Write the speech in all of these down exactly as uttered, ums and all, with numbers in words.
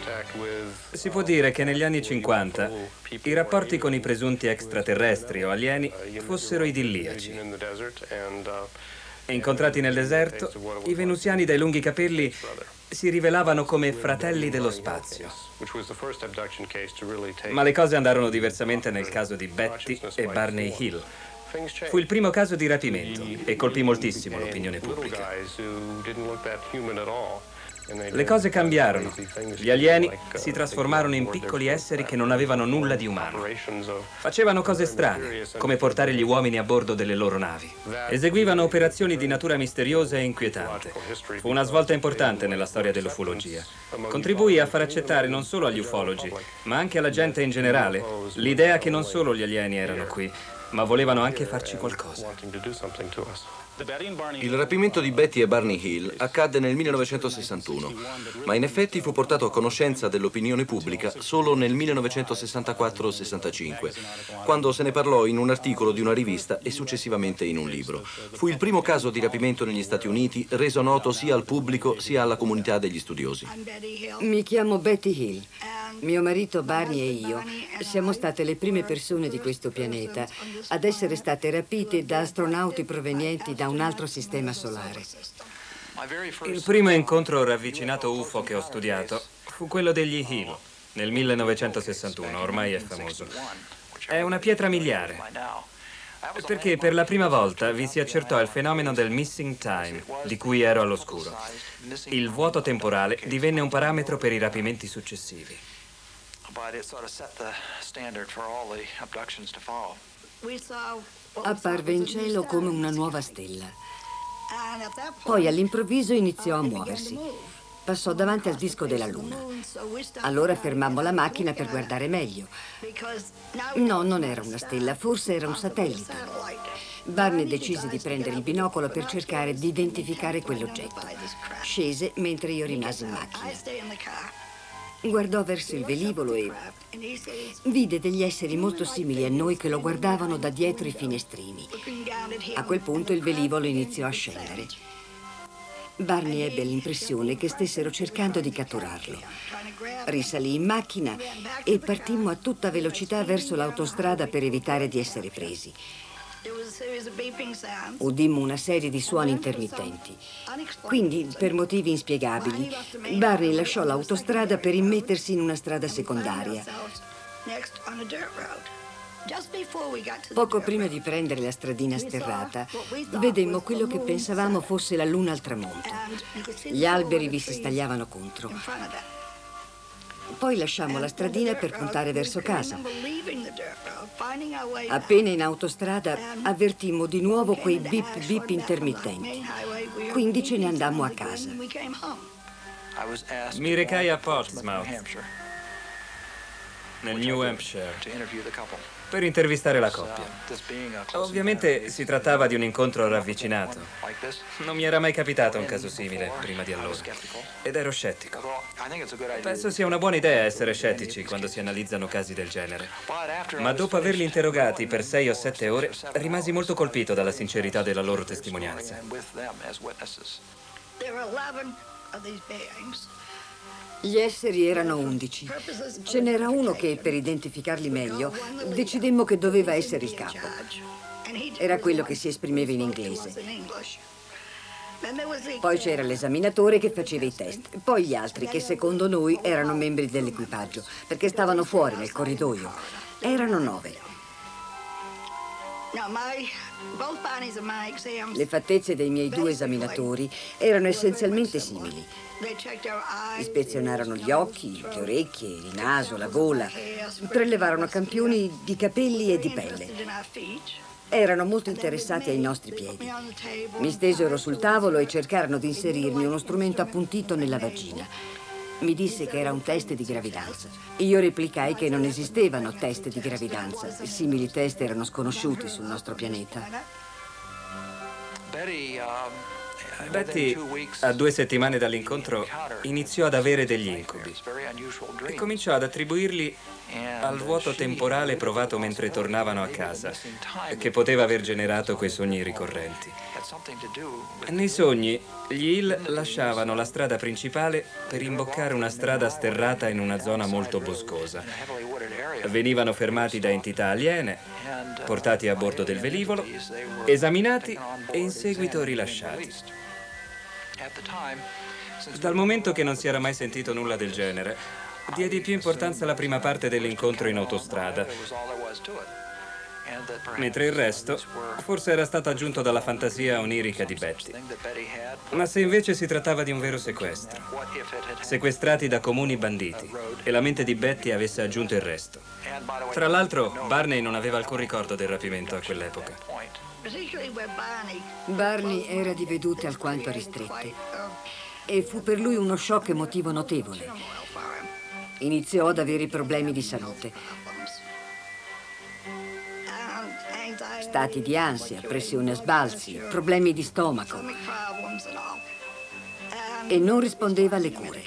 Si può dire che negli anni cinquanta i rapporti con i presunti extraterrestri o alieni fossero idilliaci. Incontrati nel deserto, i venusiani dai lunghi capelli si rivelavano come fratelli dello spazio. Ma le cose andarono diversamente nel caso di Betty e Barney Hill. Fu il primo caso di rapimento e colpì moltissimo l'opinione pubblica. Le cose cambiarono. Gli alieni si trasformarono in piccoli esseri che non avevano nulla di umano. Facevano cose strane, come portare gli uomini a bordo delle loro navi. Eseguivano operazioni di natura misteriosa e inquietante. Fu una svolta importante nella storia dell'ufologia. Contribuì a far accettare non solo agli ufologi, ma anche alla gente in generale, l'idea che non solo gli alieni erano qui, ma volevano anche farci qualcosa. Il rapimento di Betty e Barney Hill accadde nel millenovecentosessantuno, ma in effetti fu portato a conoscenza dell'opinione pubblica solo nel millenovecentosessantaquattro sessantacinque, quando se ne parlò in un articolo di una rivista e successivamente in un libro. Fu il primo caso di rapimento negli Stati Uniti reso noto sia al pubblico sia alla comunità degli studiosi. Mi chiamo Betty Hill. Mio marito Barney e io siamo state le prime persone di questo pianeta ad essere state rapite da astronauti provenienti da un altro sistema solare. Il primo incontro ravvicinato U F O che ho studiato fu quello degli Hill nel millenovecentosessantuno, ormai è famoso. È una pietra miliare, perché per la prima volta vi si accertò il fenomeno del missing time, di cui ero all'oscuro. Il vuoto temporale divenne un parametro per i rapimenti successivi. Apparve in cielo come una nuova stella. Poi all'improvviso iniziò a muoversi. Passò davanti al disco della Luna. Allora fermammo la macchina per guardare meglio. No, non era una stella, forse era un satellite. Barney decise di prendere il binocolo per cercare di identificare quell'oggetto. Scese mentre io rimasi in macchina. Guardò verso il velivolo e vide degli esseri molto simili a noi che lo guardavano da dietro i finestrini. A quel punto il velivolo iniziò a scendere. Barney ebbe l'impressione che stessero cercando di catturarlo. Risalì in macchina e partimmo a tutta velocità verso l'autostrada per evitare di essere presi. Udimmo una serie di suoni intermittenti. Quindi, per motivi inspiegabili, Barney lasciò l'autostrada per immettersi in una strada secondaria. Poco prima di prendere la stradina sterrata, vedemmo quello che pensavamo fosse la luna al tramonto. Gli alberi vi si stagliavano contro. Poi lasciammo la stradina per puntare verso casa. Appena in autostrada avvertimmo di nuovo quei bip bip intermittenti. Quindi ce ne andammo a casa. Mi recai a Portsmouth, nel New Hampshire, per intervistare la coppia. Ovviamente si trattava di un incontro ravvicinato. Non mi era mai capitato un caso simile prima di allora ed ero scettico. Penso sia una buona idea essere scettici quando si analizzano casi del genere. Ma dopo averli interrogati per sei o sette ore, rimasi molto colpito dalla sincerità della loro testimonianza. Gli esseri erano undici. Ce n'era uno che, per identificarli meglio, decidemmo che doveva essere il capo. Era quello che si esprimeva in inglese. Poi c'era l'esaminatore che faceva i test. Poi gli altri che, secondo noi, erano membri dell'equipaggio, perché stavano fuori nel corridoio. Erano nove. Le fattezze dei miei due esaminatori erano essenzialmente simili. Ispezionarono gli occhi, le orecchie, il naso, la gola. Prelevarono campioni di capelli e di pelle. Erano molto interessati ai nostri piedi. Mi stesero sul tavolo e cercarono di inserirmi uno strumento appuntito nella vagina. Mi disse che era un test di gravidanza. Io replicai che non esistevano test di gravidanza. Simili test erano sconosciuti sul nostro pianeta. Betty, a due settimane dall'incontro, iniziò ad avere degli incubi e cominciò ad attribuirli al vuoto temporale provato mentre tornavano a casa, che poteva aver generato quei sogni ricorrenti. Nei sogni, gli Hill lasciavano la strada principale per imboccare una strada sterrata in una zona molto boscosa. Venivano fermati da entità aliene, portati a bordo del velivolo, esaminati e in seguito rilasciati. Dal momento che non si era mai sentito nulla del genere, diedi più importanza alla prima parte dell'incontro in autostrada, mentre il resto forse era stato aggiunto dalla fantasia onirica di Betty. Ma se invece si trattava di un vero sequestro, sequestrati da comuni banditi, e la mente di Betty avesse aggiunto il resto. Tra l'altro, Barney non aveva alcun ricordo del rapimento a quell'epoca. Barney era di vedute alquanto ristrette e fu per lui uno shock emotivo notevole. Iniziò ad avere problemi di salute. Stati di ansia, pressione a sbalzi, problemi di stomaco. E non rispondeva alle cure.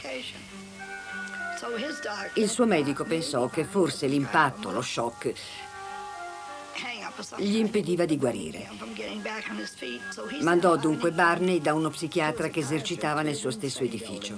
Il suo medico pensò che forse l'impatto, lo shock, gli impediva di guarire. Mandò dunque Barney da uno psichiatra che esercitava nel suo stesso edificio.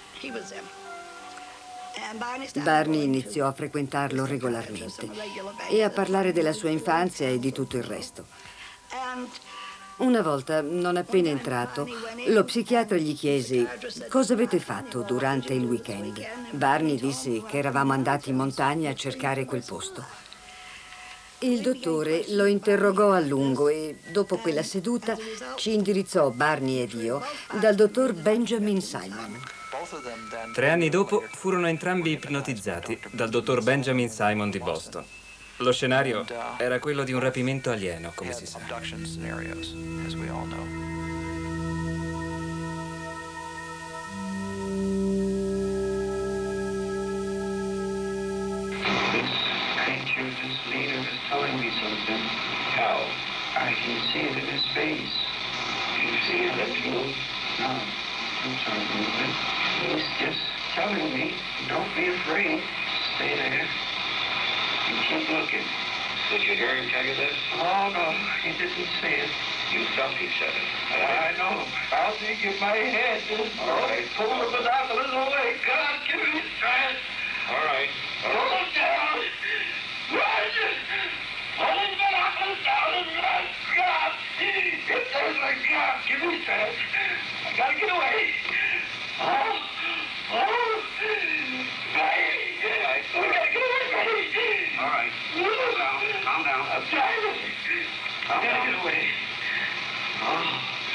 Barney iniziò a frequentarlo regolarmente e a parlare della sua infanzia e di tutto il resto. Una volta, non appena entrato, lo psichiatra gli chiese: cosa avete fatto durante il weekend? Barney disse che eravamo andati in montagna a cercare quel posto. Il dottore lo interrogò a lungo e, dopo quella seduta, ci indirizzò, Barney ed io, dal dottor Benjamin Simon. Tre anni dopo furono entrambi ipnotizzati dal dottor Benjamin Simon di Boston. Lo scenario era quello di un rapimento alieno, come si sa. Telling me something. How? I can see it in his face. Can you see it? Let's move. No, I'm sorry, moving. He's just telling me, don't be afraid. Stay there. And keep looking. Did you hear him tell you this? Oh, no, he didn't say it. You felt he said it. I know. I'll think in my head. All right. Pull the binoculars away. God, give me strength. All right. All right. Pull it down. Run! Pull the binoculars down and run! God! If there's a God, give me strength. I gotta get away. Oh! Oh! Buddy! We gotta get away, buddy! All right. Calm down. Calm down. I'm trying. I gotta get away. Oh.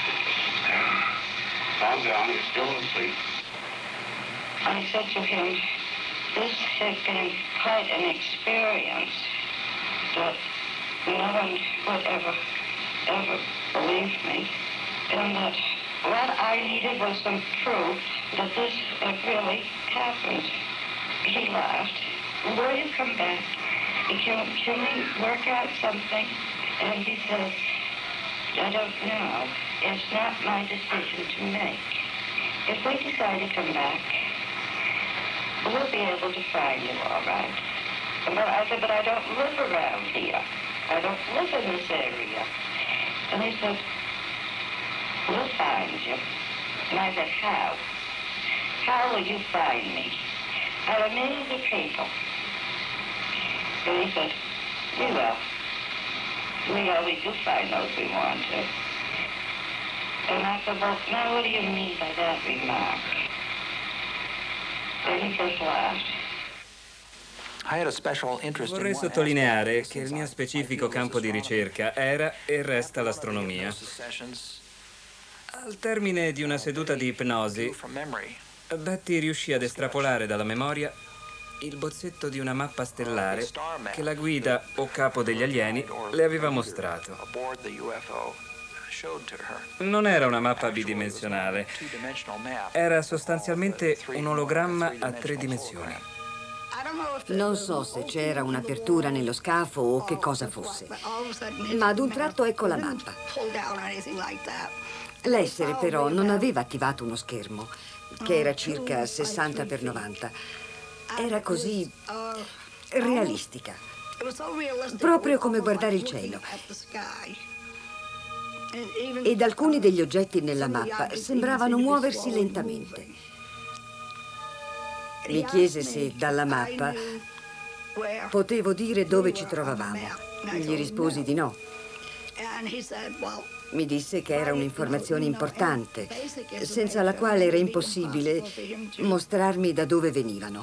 Calm down. You're still asleep. I said to him, this has been quite an experience that no one would ever, ever believe me, and that what I needed was some proof that this had really happened. He laughed. Will you come back? Can, can we work out something? And he said, I don't know. It's not my decision to make. If we decide to come back, we'll be able to find you, all right. But I said, but I don't live around here. I don't live in this area. And he said, we'll find you. And I said, how? How will you find me? Out of millions of people. And he said, we will. We always do find those we want to. And I said, well, now what do you mean by that remark? And he just laughed. Vorrei sottolineare che il mio specifico campo di ricerca era e resta l'astronomia. Al termine di una seduta di ipnosi, Betty riuscì ad estrapolare dalla memoria il bozzetto di una mappa stellare che la guida o capo degli alieni le aveva mostrato. Non era una mappa bidimensionale, era sostanzialmente un ologramma a tre dimensioni. Non so se c'era un'apertura nello scafo o che cosa fosse, ma ad un tratto ecco la mappa. L'essere però non aveva attivato uno schermo, che era circa sessanta per novanta. Era così realistica, proprio come guardare il cielo. Ed alcuni degli oggetti nella mappa sembravano muoversi lentamente. Mi chiese se dalla mappa potevo dire dove ci trovavamo. Gli risposi di no. Mi disse che era un'informazione importante, senza la quale era impossibile mostrarmi da dove venivano.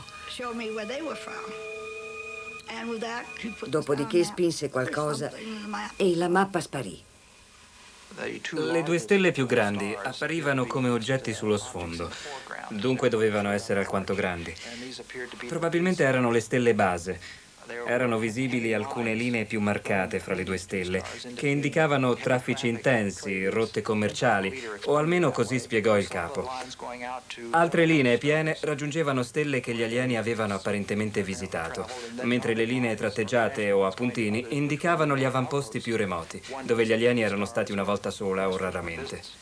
Dopodiché spinse qualcosa e la mappa sparì. Le due stelle più grandi apparivano come oggetti sullo sfondo, dunque dovevano essere alquanto grandi. Probabilmente erano le stelle base. Erano visibili alcune linee più marcate fra le due stelle, che indicavano traffici intensi, rotte commerciali, o almeno così spiegò il capo. Altre linee piene raggiungevano stelle che gli alieni avevano apparentemente visitato, mentre le linee tratteggiate o a puntini indicavano gli avamposti più remoti, dove gli alieni erano stati una volta sola o raramente.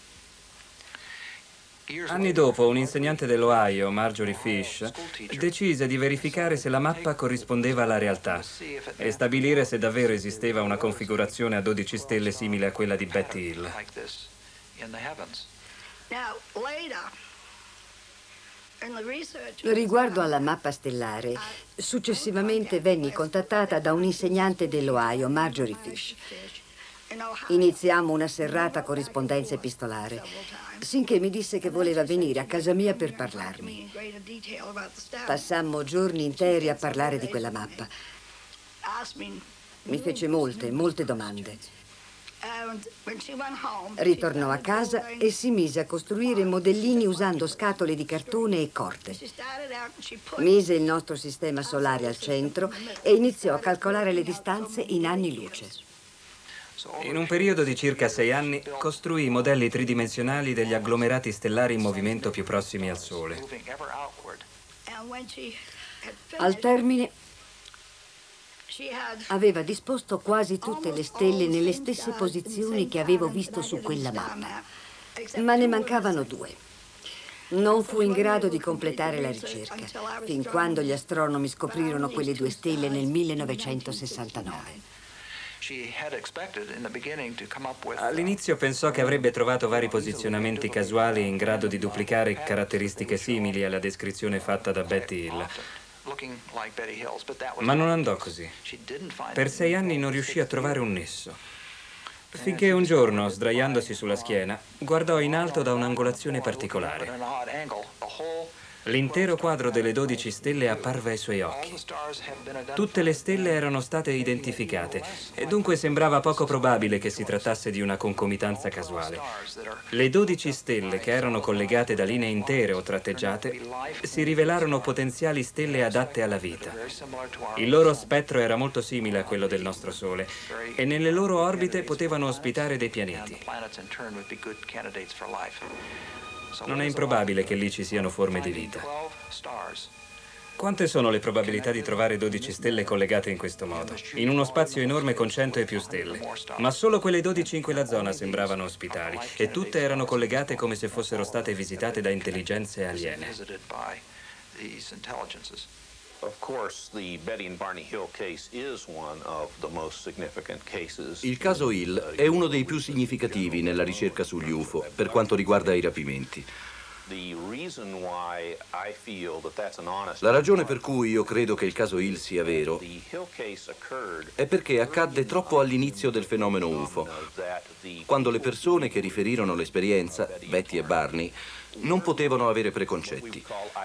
Anni dopo, un insegnante dell'Ohio, Marjorie Fish, decise di verificare se la mappa corrispondeva alla realtà e stabilire se davvero esisteva una configurazione a dodici stelle simile a quella di Betty Hill. Riguardo alla mappa stellare, successivamente venni contattata da un insegnante dell'Ohio, Marjorie Fish. Iniziammo una serrata corrispondenza epistolare, sinché mi disse che voleva venire a casa mia per parlarmi. Passammo giorni interi a parlare di quella mappa. Mi fece molte, molte domande. Ritornò a casa e si mise a costruire modellini usando scatole di cartone e corde. Mise il nostro sistema solare al centro e iniziò a calcolare le distanze in anni luce. In un periodo di circa sei anni costruì modelli tridimensionali degli agglomerati stellari in movimento più prossimi al Sole. Al termine aveva disposto quasi tutte le stelle nelle stesse posizioni che avevo visto su quella mappa, ma ne mancavano due. Non fu in grado di completare la ricerca, fin quando gli astronomi scoprirono quelle due stelle nel millenovecentosessantanove. All'inizio pensò che avrebbe trovato vari posizionamenti casuali in grado di duplicare caratteristiche simili alla descrizione fatta da Betty Hill. Ma non andò così. Per sei anni non riuscì a trovare un nesso. Finché un giorno, sdraiandosi sulla schiena, guardò in alto da un'angolazione particolare. L'intero quadro delle dodici stelle apparve ai suoi occhi. Tutte le stelle erano state identificate e dunque sembrava poco probabile che si trattasse di una concomitanza casuale. Le dodici stelle, che erano collegate da linee intere o tratteggiate, si rivelarono potenziali stelle adatte alla vita. Il loro spettro era molto simile a quello del nostro Sole e nelle loro orbite potevano ospitare dei pianeti. Non è improbabile che lì ci siano forme di vita. Quante sono le probabilità di trovare dodici stelle collegate in questo modo, in uno spazio enorme con cento e più stelle? Ma solo quelle dodici in quella zona sembravano ospitali, e tutte erano collegate come se fossero state visitate da intelligenze aliene. Il caso Hill è uno dei più significativi nella ricerca sugli U F O per quanto riguarda i rapimenti. La ragione per cui io credo che il caso Hill sia vero è perché accadde troppo all'inizio del fenomeno U F O, quando le persone che riferirono l'esperienza, Betty e Barney, non potevano avere preconcetti.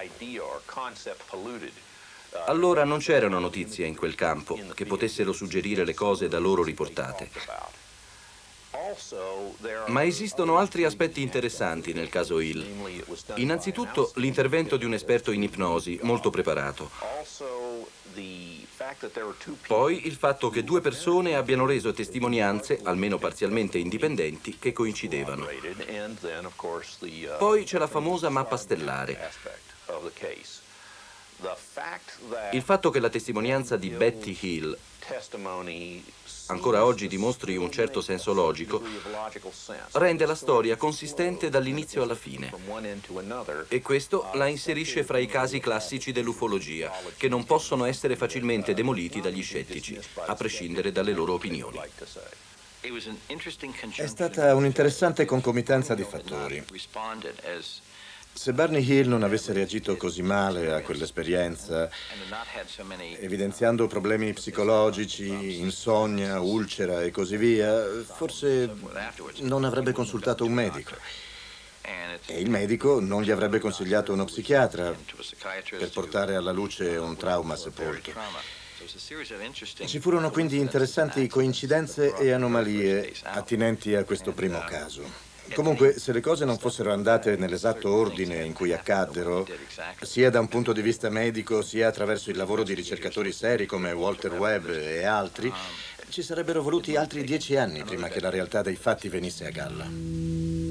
Allora non c'erano notizie in quel campo che potessero suggerire le cose da loro riportate. Ma esistono altri aspetti interessanti nel caso Hill. Innanzitutto l'intervento di un esperto in ipnosi molto preparato. Poi il fatto che due persone abbiano reso testimonianze, almeno parzialmente indipendenti, che coincidevano. Poi c'è la famosa mappa stellare. Il fatto che la testimonianza di Betty Hill ancora oggi dimostri un certo senso logico rende la storia consistente dall'inizio alla fine, e questo la inserisce fra i casi classici dell'ufologia, che non possono essere facilmente demoliti dagli scettici, a prescindere dalle loro opinioni. È stata un'interessante concomitanza di fattori. Se Barney Hill non avesse reagito così male a quell'esperienza, evidenziando problemi psicologici, insonnia, ulcera e così via, forse non avrebbe consultato un medico. E il medico non gli avrebbe consigliato uno psichiatra per portare alla luce un trauma sepolto. Ci furono quindi interessanti coincidenze e anomalie attinenti a questo primo caso. Comunque, se le cose non fossero andate nell'esatto ordine in cui accaddero, sia da un punto di vista medico, sia attraverso il lavoro di ricercatori seri come Walter Webb e altri, ci sarebbero voluti altri dieci anni prima che la realtà dei fatti venisse a galla.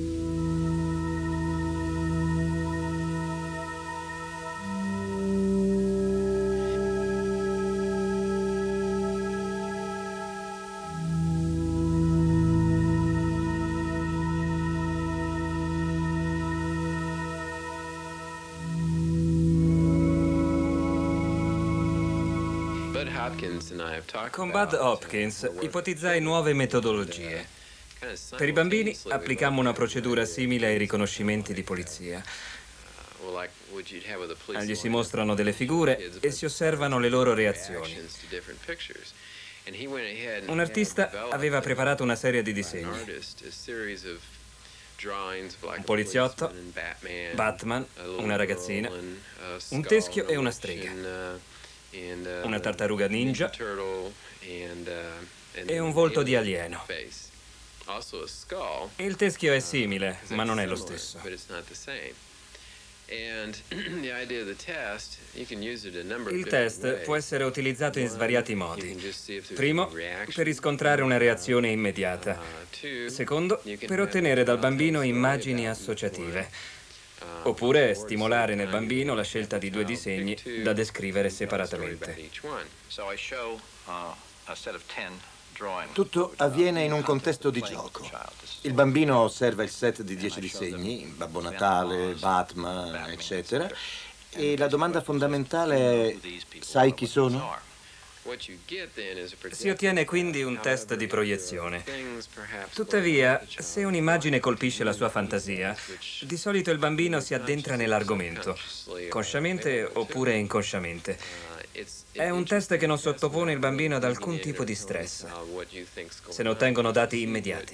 Con Bud Hopkins ipotizzai nuove metodologie. Per i bambini applicammo una procedura simile ai riconoscimenti di polizia. Gli si mostrano delle figure e si osservano le loro reazioni. Un artista aveva preparato una serie di disegni. Un poliziotto, Batman, una ragazzina, un teschio e una strega, una tartaruga ninja e un volto di alieno. Il teschio è simile, ma non è lo stesso. Il test può essere utilizzato in svariati modi. Primo, per riscontrare una reazione immediata. Secondo, per ottenere dal bambino immagini associative. Oppure stimolare nel bambino la scelta di due disegni da descrivere separatamente. Tutto avviene in un contesto di gioco. Il bambino osserva il set di dieci disegni, Babbo Natale, Batman, eccetera, e la domanda fondamentale è: sai chi sono? Si ottiene quindi un test di proiezione. Tuttavia, se un'immagine colpisce la sua fantasia, di solito il bambino si addentra nell'argomento, consciamente oppure inconsciamente. È un test che non sottopone il bambino ad alcun tipo di stress. Se ne ottengono dati immediati.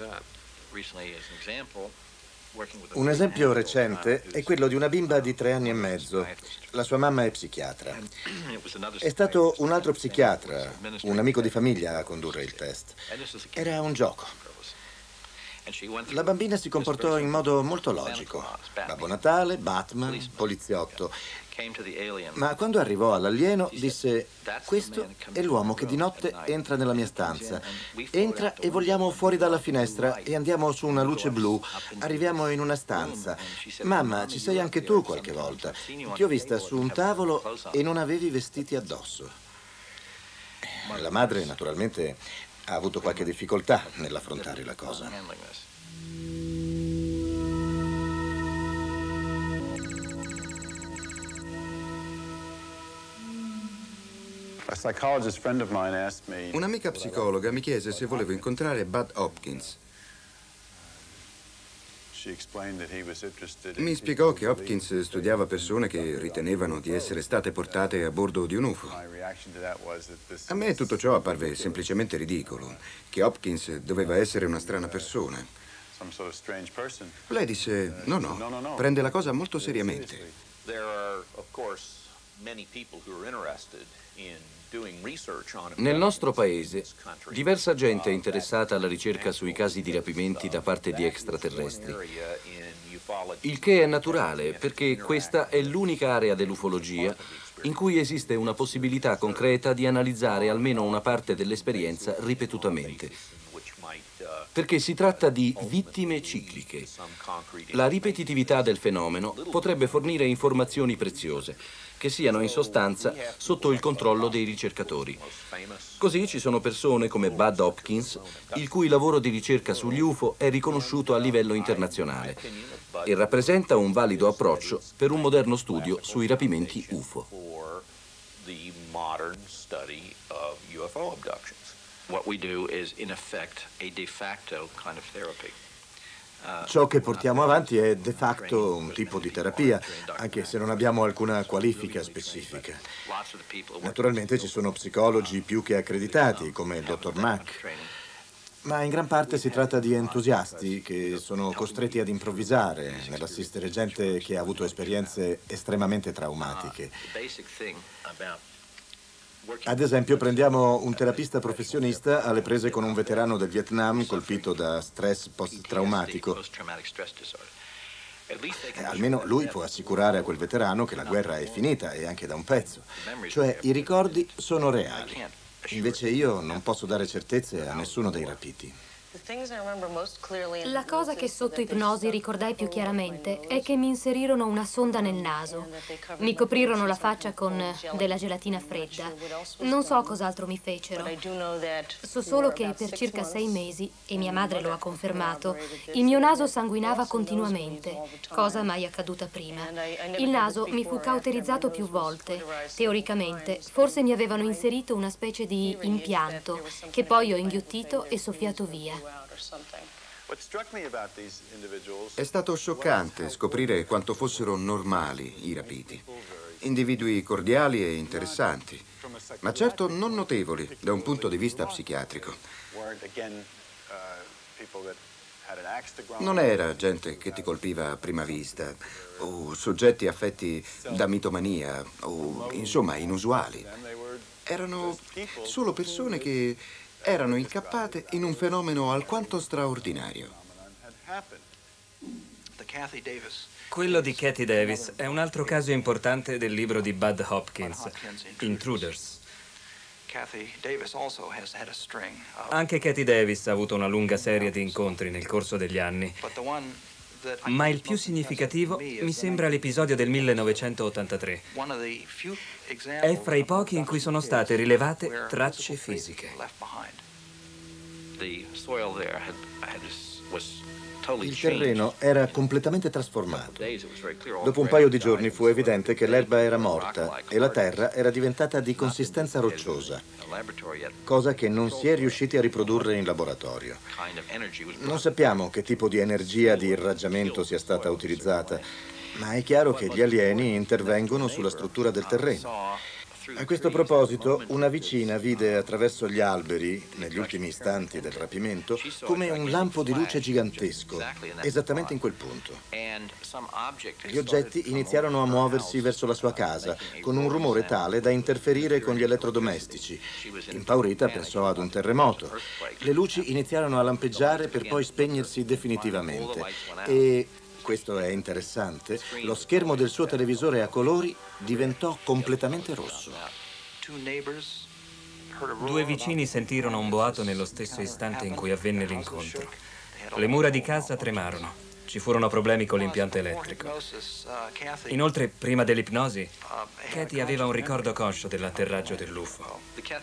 Un esempio recente è quello di una bimba di tre anni e mezzo. La sua mamma è psichiatra. È stato un altro psichiatra, un amico di famiglia, a condurre il test. Era un gioco. La bambina si comportò in modo molto logico. Babbo Natale, Batman, poliziotto. Ma quando arrivò all'alieno disse: questo è l'uomo che di notte entra nella mia stanza. Entra e vogliamo fuori dalla finestra e andiamo su una luce blu. Arriviamo in una stanza. Mamma, ci sei anche tu qualche volta. Ti ho vista su un tavolo e non avevi vestiti addosso. La madre naturalmente ha avuto qualche difficoltà nell'affrontare la cosa. Un'amica psicologa mi chiese se volevo incontrare Bud Hopkins. Mi spiegò che Hopkins studiava persone che ritenevano di essere state portate a bordo di un U F O. A me tutto ciò apparve semplicemente ridicolo, che Hopkins doveva essere una strana persona. Lei disse: no, no, prende la cosa molto seriamente. Nel nostro paese, diversa gente è interessata alla ricerca sui casi di rapimenti da parte di extraterrestri. Il che è naturale, perché questa è l'unica area dell'ufologia in cui esiste una possibilità concreta di analizzare almeno una parte dell'esperienza ripetutamente. Perché si tratta di vittime cicliche. La ripetitività del fenomeno potrebbe fornire informazioni preziose. che siano in sostanza sotto il controllo dei ricercatori. Così ci sono persone come Bud Hopkins, il cui lavoro di ricerca sugli U F O è riconosciuto a livello internazionale e rappresenta un valido approccio per un moderno studio sui rapimenti U F O. Ciò che portiamo avanti è de facto un tipo di terapia, anche se non abbiamo alcuna qualifica specifica. Naturalmente ci sono psicologi più che accreditati, come il dottor Mack, ma in gran parte si tratta di entusiasti che sono costretti ad improvvisare nell'assistere gente che ha avuto esperienze estremamente traumatiche. Ad esempio, prendiamo un terapista professionista alle prese con un veterano del Vietnam colpito da stress post-traumatico. Eh, almeno lui può assicurare a quel veterano che la guerra è finita e anche da un pezzo. Cioè, i ricordi sono reali. Invece io non posso dare certezze a nessuno dei rapiti. La cosa che sotto ipnosi ricordai più chiaramente è che mi inserirono una sonda nel naso. Mi coprirono la faccia con della gelatina fredda. Non so cos'altro mi fecero. So solo che per circa sei mesi, e mia madre lo ha confermato, il mio naso sanguinava continuamente, cosa mai accaduta prima. Il naso mi fu cauterizzato più volte. Teoricamente, forse mi avevano inserito una specie di impianto, che poi ho inghiottito e soffiato via. È stato scioccante scoprire quanto fossero normali i rapiti. Individui cordiali e interessanti, ma certo non notevoli da un punto di vista psichiatrico. Non era gente che ti colpiva a prima vista, o soggetti affetti da mitomania, o insomma inusuali. Erano solo persone che erano incappate in un fenomeno alquanto straordinario. Quello di Katie Davis è un altro caso importante del libro di Bud Hopkins, Intruders. Anche Katie Davis ha avuto una lunga serie di incontri nel corso degli anni, ma il più significativo mi sembra l'episodio del millenovecentottantatré. È fra i pochi in cui sono state rilevate tracce fisiche. Il terreno era completamente trasformato. Dopo un paio di giorni fu evidente che l'erba era morta e la terra era diventata di consistenza rocciosa, cosa che non si è riusciti a riprodurre in laboratorio. Non sappiamo che tipo di energia di irraggiamento sia stata utilizzata, ma è chiaro che gli alieni intervengono sulla struttura del terreno. A questo proposito, una vicina vide attraverso gli alberi, negli ultimi istanti del rapimento, come un lampo di luce gigantesco, esattamente in quel punto. Gli oggetti iniziarono a muoversi verso la sua casa, con un rumore tale da interferire con gli elettrodomestici. Impaurita pensò ad un terremoto. Le luci iniziarono a lampeggiare per poi spegnersi definitivamente. E... questo è interessante, lo schermo del suo televisore a colori diventò completamente rosso. Due vicini sentirono un boato nello stesso istante in cui avvenne l'incontro. Le mura di casa tremarono. Ci furono problemi con l'impianto elettrico. Inoltre, prima dell'ipnosi, Katie aveva un ricordo conscio dell'atterraggio dell'U F O.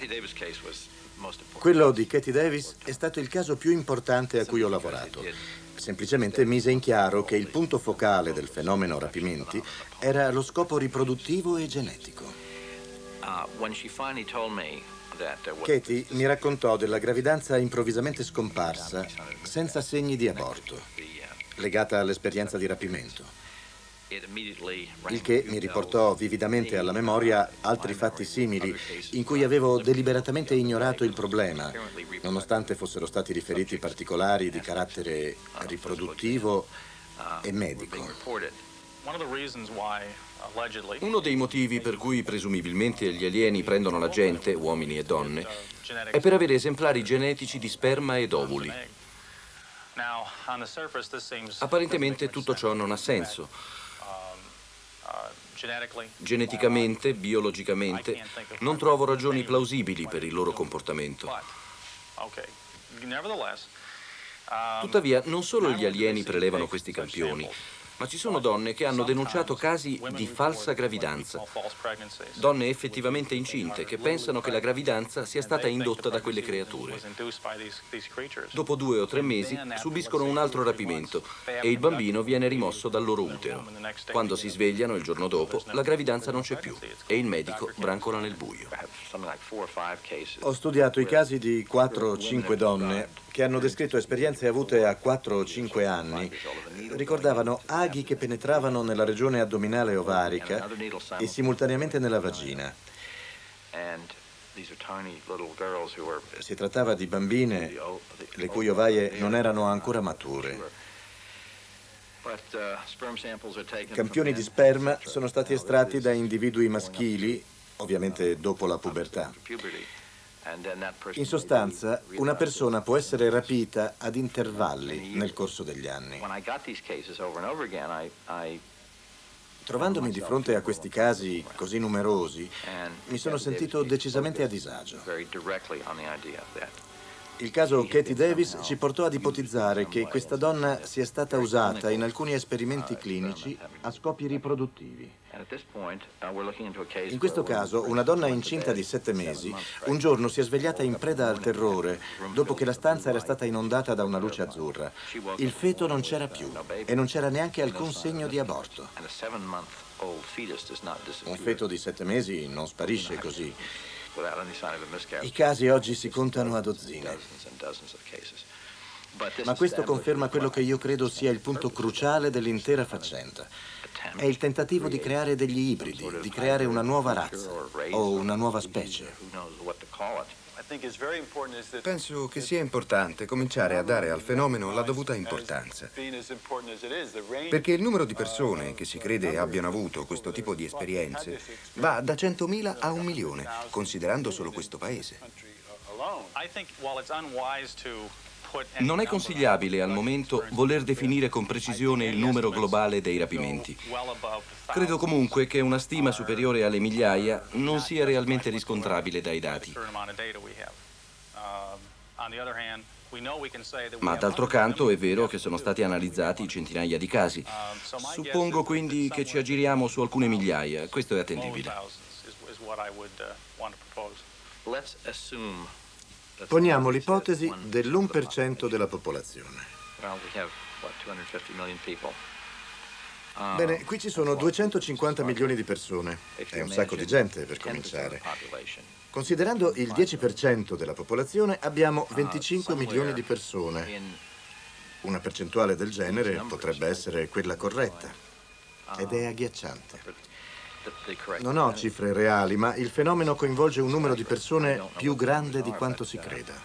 Quello di Katie Davis è stato il caso più importante a cui ho lavorato. Semplicemente mise in chiaro che il punto focale del fenomeno rapimenti era lo scopo riproduttivo e genetico. Katie mi raccontò della gravidanza improvvisamente scomparsa, senza segni di aborto, legata all'esperienza di rapimento. Il che mi riportò vividamente alla memoria altri fatti simili in cui avevo deliberatamente ignorato il problema, nonostante fossero stati riferiti particolari di carattere riproduttivo e medico. Uno dei motivi per cui presumibilmente gli alieni prendono la gente, uomini e donne, è per avere esemplari genetici di sperma ed ovuli. Apparentemente tutto ciò non ha senso. Geneticamente, biologicamente, non trovo ragioni plausibili per il loro comportamento. Tuttavia, non solo gli alieni prelevano questi campioni, Ma ci sono donne che hanno denunciato casi di falsa gravidanza. Donne effettivamente incinte che pensano che la gravidanza sia stata indotta da quelle creature. Dopo due o tre mesi subiscono un altro rapimento e il bambino viene rimosso dal loro utero. Quando si svegliano il giorno dopo, la gravidanza non c'è più e il medico brancola nel buio. Ho studiato i casi di quattro o cinque donne che hanno descritto esperienze avute a quattro o cinque anni. Ricordavano aghi che penetravano nella regione addominale ovarica e simultaneamente nella vagina. Si trattava di bambine le cui ovaie non erano ancora mature. Campioni di sperma sono stati estratti da individui maschili, ovviamente dopo la pubertà. In sostanza, una persona può essere rapita ad intervalli nel corso degli anni. Trovandomi di fronte a questi casi così numerosi, mi sono sentito decisamente a disagio. Il caso Katie Davis ci portò ad ipotizzare che questa donna sia stata usata in alcuni esperimenti clinici a scopi riproduttivi. In questo caso, una donna incinta di sette mesi un giorno si è svegliata in preda al terrore dopo che la stanza era stata inondata da una luce azzurra. Il feto non c'era più e non c'era neanche alcun segno di aborto. Un feto di sette mesi non sparisce così. I casi oggi si contano a dozzine. Ma questo conferma quello che io credo sia il punto cruciale dell'intera faccenda. È il tentativo di creare degli ibridi, di creare una nuova razza o una nuova specie. Penso che sia importante cominciare a dare al fenomeno la dovuta importanza, perché il numero di persone che si crede abbiano avuto questo tipo di esperienze va da centomila a un milione, considerando solo questo paese. Non è consigliabile al momento voler definire con precisione il numero globale dei rapimenti. Credo comunque che una stima superiore alle migliaia non sia realmente riscontrabile dai dati. Ma d'altro canto è vero che sono stati analizzati centinaia di casi. Suppongo quindi che ci aggiriamo su alcune migliaia. Questo è attendibile. Poniamo l'ipotesi dell'uno per cento della popolazione. Bene, qui ci sono duecentocinquanta milioni di persone. È un sacco di gente per cominciare. Considerando il dieci per cento della popolazione, abbiamo venticinque milioni di persone. Una percentuale del genere potrebbe essere quella corretta. Ed è agghiacciante. Non ho cifre reali, ma il fenomeno coinvolge un numero di persone più grande di quanto si creda.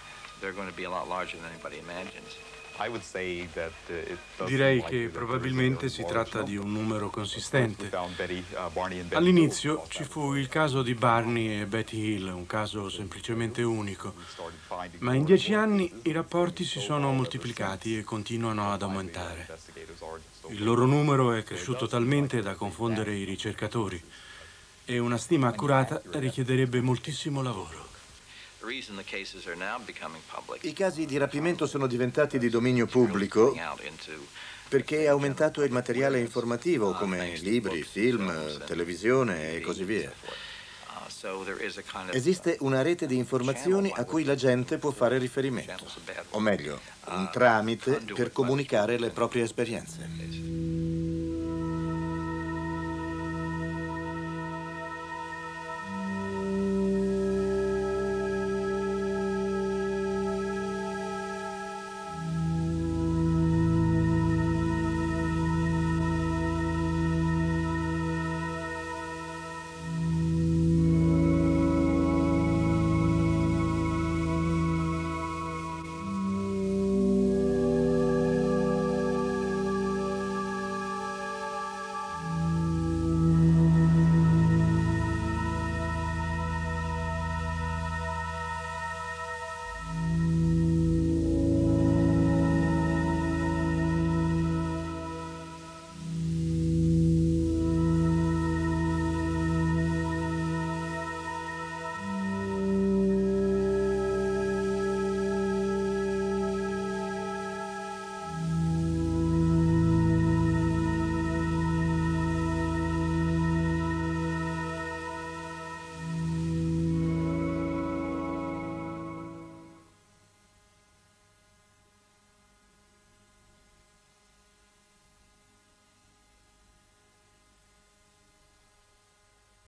Direi che probabilmente si tratta di un numero consistente. All'inizio ci fu il caso di Barney e Betty Hill, un caso semplicemente unico. Ma in dieci anni i rapporti si sono moltiplicati e continuano ad aumentare. Il loro numero è cresciuto talmente da confondere i ricercatori e una stima accurata richiederebbe moltissimo lavoro. I casi di rapimento sono diventati di dominio pubblico perché è aumentato il materiale informativo come libri, film, televisione e così via. Esiste una rete di informazioni a cui la gente può fare riferimento, o meglio, un tramite per comunicare le proprie esperienze.